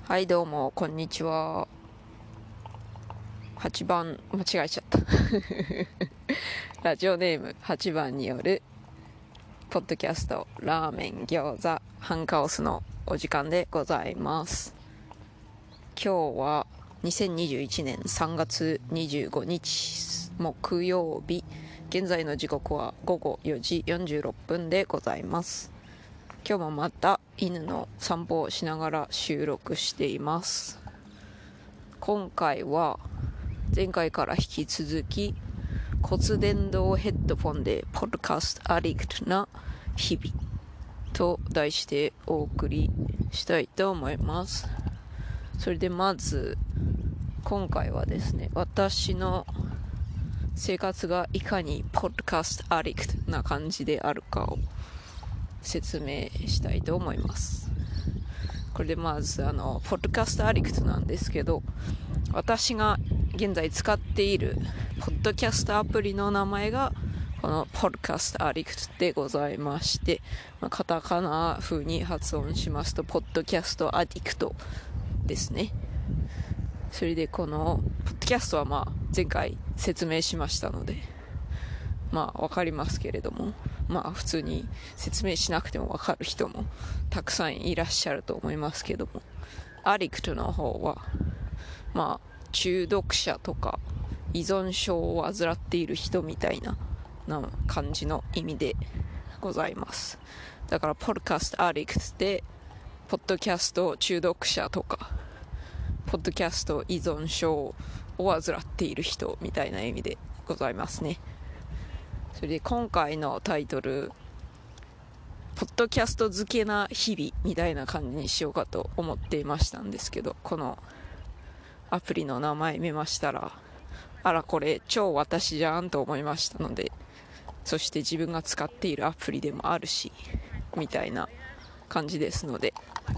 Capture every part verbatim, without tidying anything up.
はいどうもこんにちは。はちばん間違えちゃったラジオネームはちばんによるポッドキャストラーメン餃子ハンカオスのお時間でございます。今日はにせんにじゅういちねんさんがつにじゅうごにち木曜日、現在の時刻はごごよじよんじゅうろっぷんでございます。今日もまた犬の散歩をしながら収録しています。今回は前回から引き続き骨伝導ヘッドフォンでポッドキャストアディクトな日々と題してお送りしたいと思います。それでまず今回はですね、私の生活がいかにポッドキャストアディクトな感じであるかを説明したいと思います。これでまずあのポッドキャストアディクトなんですけど、私が現在使っているポッドキャストアプリの名前がこのポッドキャストアディクトでございまして、カタカナ風に発音しますとポッドキャストアディクトですね。それでこのポッドキャストはまあ前回説明しましたのでまあわかりますけれども、まあ普通に説明しなくてもわかる人もたくさんいらっしゃると思いますけども、アディクトの方はまあ中毒者とか依存症を患っている人みたいなな感じの意味でございます。だからポッドキャストアディクトでポッドキャスト中毒者とかポッドキャスト依存症を患っている人みたいな意味でございますね。それで今回のタイトルポッドキャスト漬けな日々みたいな感じにしようかと思っていましたんですけど、このアプリの名前見ましたら、あらこれ超私じゃんと思いましたので、そして自分が使っているアプリでもあるしみたいな感じですので、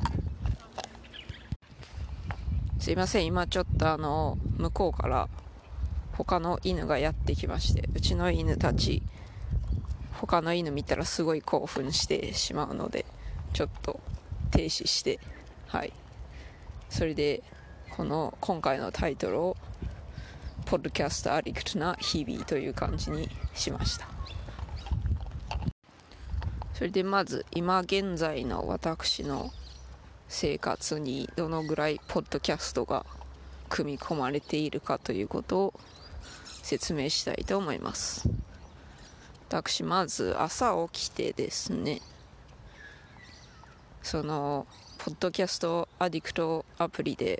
すいません、今ちょっとあの向こうから他の犬がやってきまして、うちの犬たち他の犬見たらすごい興奮してしまうのでちょっと停止して、はい、それでこの今回のタイトルをポッドキャストアディクトな日々という感じにしました。それでまず今現在の私の生活にどのぐらいポッドキャストが組み込まれているかということを説明したいと思います。私まず朝起きてですね、そのポッドキャストアディクトアプリで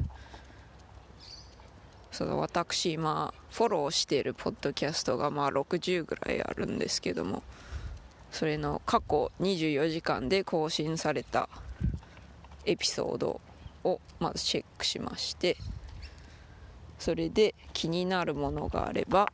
その私今フォローしているポッドキャストがまあろくじゅうぐらいあるんですけども、それの過去にじゅうよじかんで更新されたエピソードをまずチェックしまして、それで気になるものがあれば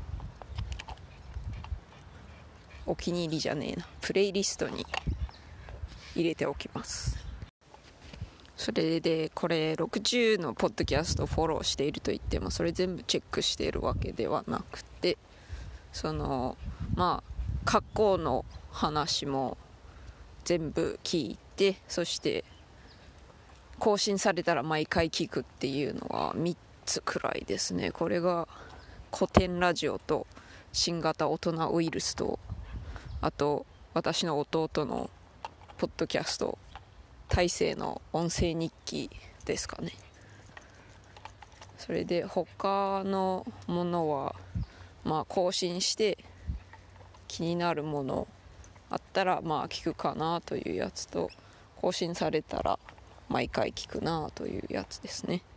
お気に入りじゃねえなプレイリストに入れておきます。それでこれろくじゅうのポッドキャストフォローしていると言ってもそれ全部チェックしているわけではなくて、そのまあ過去の話も全部聞いて、そして更新されたら毎回聞くっていうのはみっつくらいですね。これが古典ラジオと新型大人ウイルスと、あと私の弟のポッドキャスト大勢の音声日記ですかね。それで他のものはまあ更新して気になるものあったらまあ聞くかなというやつと、更新されたら毎回聞くなというやつですね。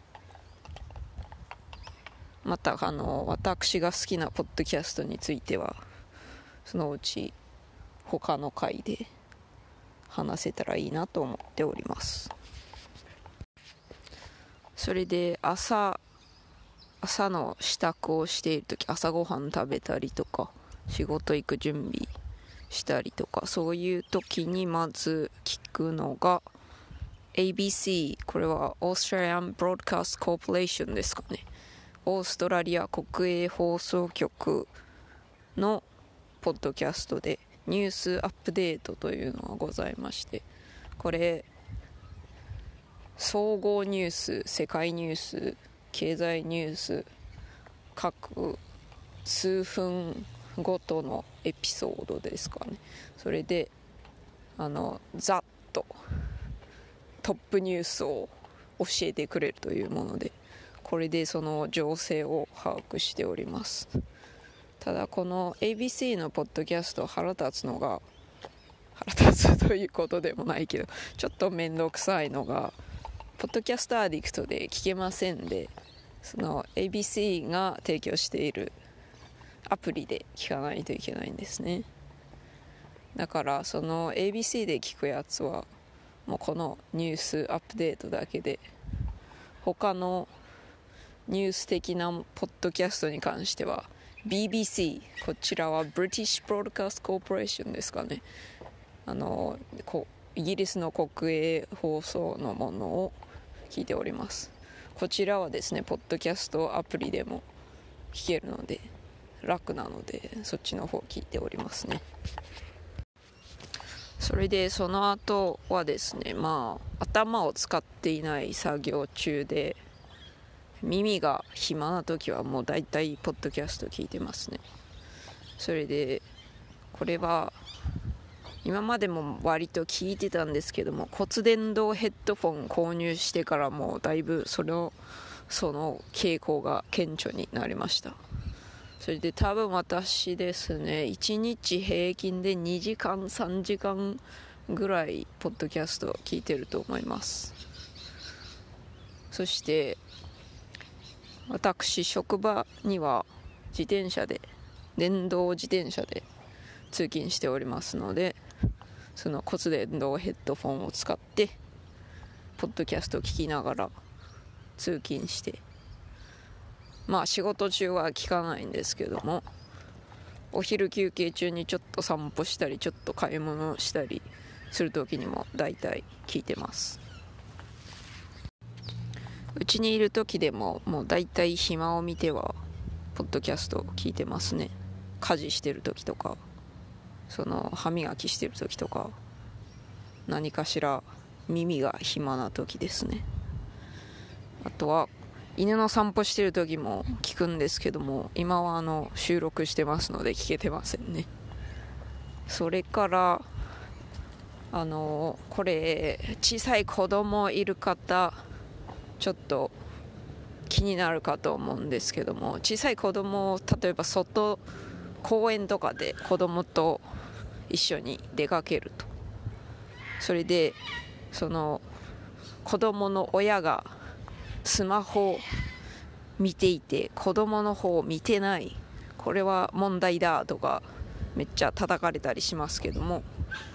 またあの私が好きなポッドキャストについてはそのうち他の回で話せたらいいなと思っております。それで朝朝の支度をしているとき、朝ごはん食べたりとか仕事行く準備したりとか、そういう時にまず聞くのが エービーシー、 これはオーストラリアンブロードキャストコーポレーションですかね。オーストラリア国営放送局のポッドキャストでニュースアップデートというのがございまして、これ総合ニュース、世界ニュース、経済ニュース、各数分ごとのエピソードですかね。それであのざっとトップニュースを教えてくれるというもので、これでその情勢を把握しております。ただこの エービーシー のポッドキャスト腹立つのが、腹立つということでもないけどちょっと面倒くさいのが、ポッドキャストアディクトで聞けませんで、その エービーシー が提供しているアプリで聞かないといけないんですね。だからその エービーシー で聞くやつはもうこのニュースアップデートだけで、他のニュース的なポッドキャストに関しては ビービーシー、 こちらは British Broadcast Corporation ですかね、あのこイギリスの国営放送のものを聞いております。こちらはですねポッドキャストアプリでも聞けるので楽なので、そっちの方聞いておりますね。それでその後はですね、まあ頭を使っていない作業中で、耳が暇な時はもうだいたいポッドキャスト聞いてますね。それでこれは今までも割と聞いてたんですけども、骨伝導ヘッドフォン購入してからもうだいぶそのその傾向が顕著になりました。それで多分私ですね、いちにち平均でにじかんさんじかんぐらいポッドキャストを聞いてると思います。そして私職場には自転車で電動自転車で通勤しておりますので、その骨伝導ヘッドフォンを使ってポッドキャストを聞きながら通勤して、まあ仕事中は聞かないんですけども、お昼休憩中にちょっと散歩したりちょっと買い物したりする時にもだいたい聞いてます。うちにいる時でももうだいたい暇を見てはポッドキャストを聞いてますね。家事してる時とか、その歯磨きしてる時とか、何かしら耳が暇な時ですね。あとは犬の散歩してる時も聞くんですけども、今はあの収録してますので聞けてませんね。それからあのこれ小さい子供いる方ちょっと気になるかと思うんですけども、小さい子供を例えば外公園とかで子供と一緒に出かけると、それでその子供の親がスマホを見ていて子供の方を見てない、これは問題だとかめっちゃ叩かれたりしますけども、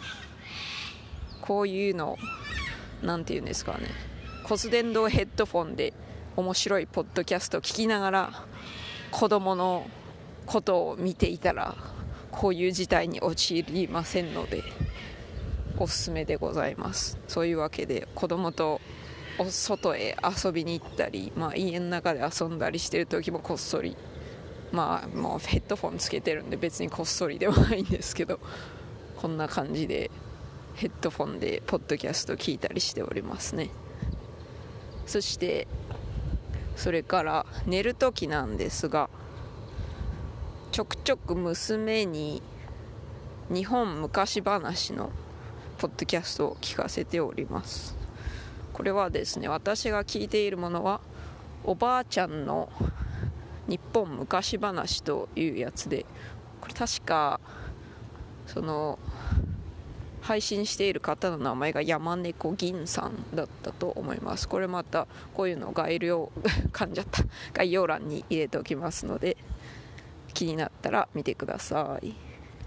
こういうのなんていうんですかね、骨伝導ヘッドフォンで面白いポッドキャストを聞きながら子供のことを見ていたらこういう事態に陥りませんのでおすすめでございます。そういうわけで子供と外へ遊びに行ったり、まあ、家の中で遊んだりしてる時もこっそり、まあもうヘッドフォンつけてるんで別にこっそりではないんですけど、こんな感じでヘッドフォンでポッドキャスト聞いたりしておりますね。そしてそれから寝る時なんですが、ちょくちょく娘に日本昔話のポッドキャストを聞かせております。これはですね、私が聞いているものはおばあちゃんの日本昔話というやつで、これ確かその配信している方の名前が山猫銀さんだったと思います。これまたこういうの概要噛んじゃった概要欄に入れておきますので、気になったら見てください。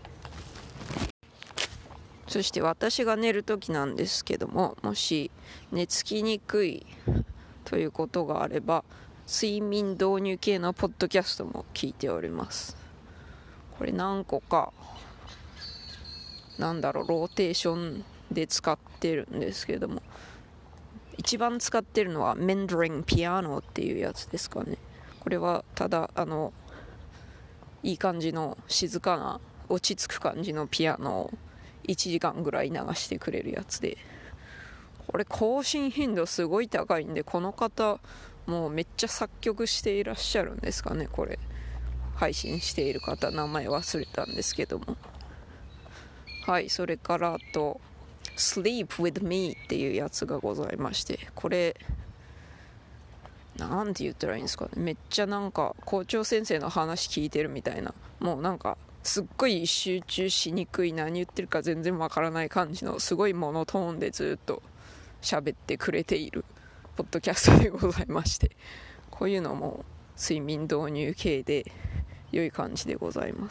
そして私が寝るときなんですけども、もし寝つきにくいということがあれば睡眠導入系のポッドキャストも聞いております。これ何個かなんだろうローテーションで使ってるんですけども、一番使ってるのは Mentoring Piano っていうやつですかね。これはただあのいい感じの静かな落ち着く感じのピアノをいちじかんぐらい流してくれるやつで、 これ更新頻度すごい高いんで、この方もうめっちゃ作曲していらっしゃるんですかね。これ配信している方、名前忘れたんですけども。はい、それからあと Sleep with me っていうやつがございまして、これなんて言ったらいいんですかね。めっちゃなんか校長先生の話聞いてるみたいな、もうなんかすっごい集中しにくい、何言ってるか全然わからない感じのすごいモノトーンでずっと喋ってくれているポッドキャストでございまして、こういうのも睡眠導入系で良い感じでございます。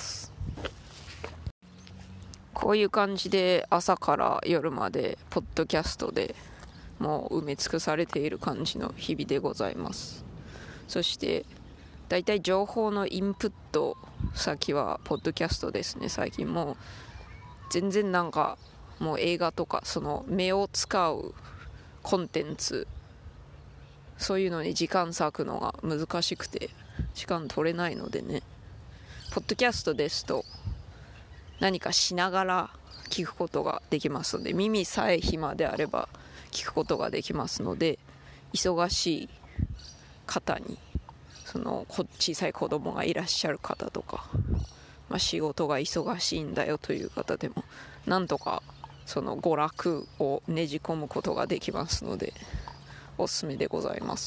こういう感じで朝から夜までポッドキャストでもう埋め尽くされている感じの日々でございます。そしてだいたい情報のインプット先はポッドキャストですね。最近もう全然なんかもう映画とかその目を使うコンテンツ、そういうのに時間割くのが難しくて時間取れないのでね、ポッドキャストですと何かしながら聞くことができますので、耳さえ暇であれば聞くことができますので、忙しい方に、その小さい子供がいらっしゃる方とか、まあ、仕事が忙しいんだよという方でもなんとかその娯楽をねじ込むことができますのでおすすめでございます。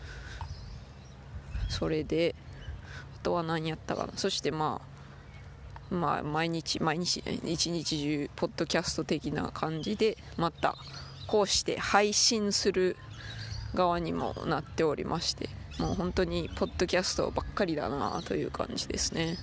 それであとは何やったかな。そしてまあまあ毎日毎日一日中ポッドキャスト的な感じでまたこうして配信する側にもなっておりまして、もう本当にポッドキャストばっかりだなという感じですね。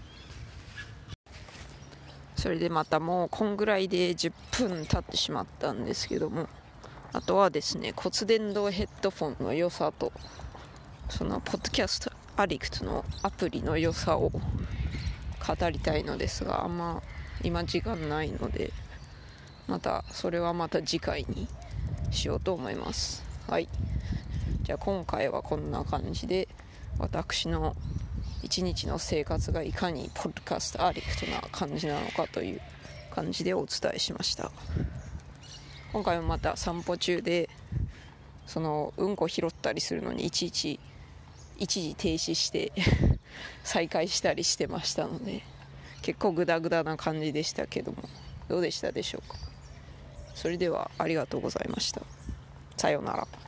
それでまたもうこんぐらいでじゅっぷん経ってしまったんですけども、あとはですね、骨伝導ヘッドフォンの良さとそのポッドキャストアディクトのアプリの良さを語りたいのですが、あんま今時間ないので、またそれはまた次回にしようと思います。はい、じゃあ今回はこんな感じで私の一日の生活がいかにポッドキャストアディクトな感じなのかという感じでお伝えしました。今回もまた散歩中でそのうんこ拾ったりするのにいちいち一時停止して再開したりしてましたので、結構グダグダな感じでしたけども、どうでしたでしょうか。それではありがとうございました。さようなら。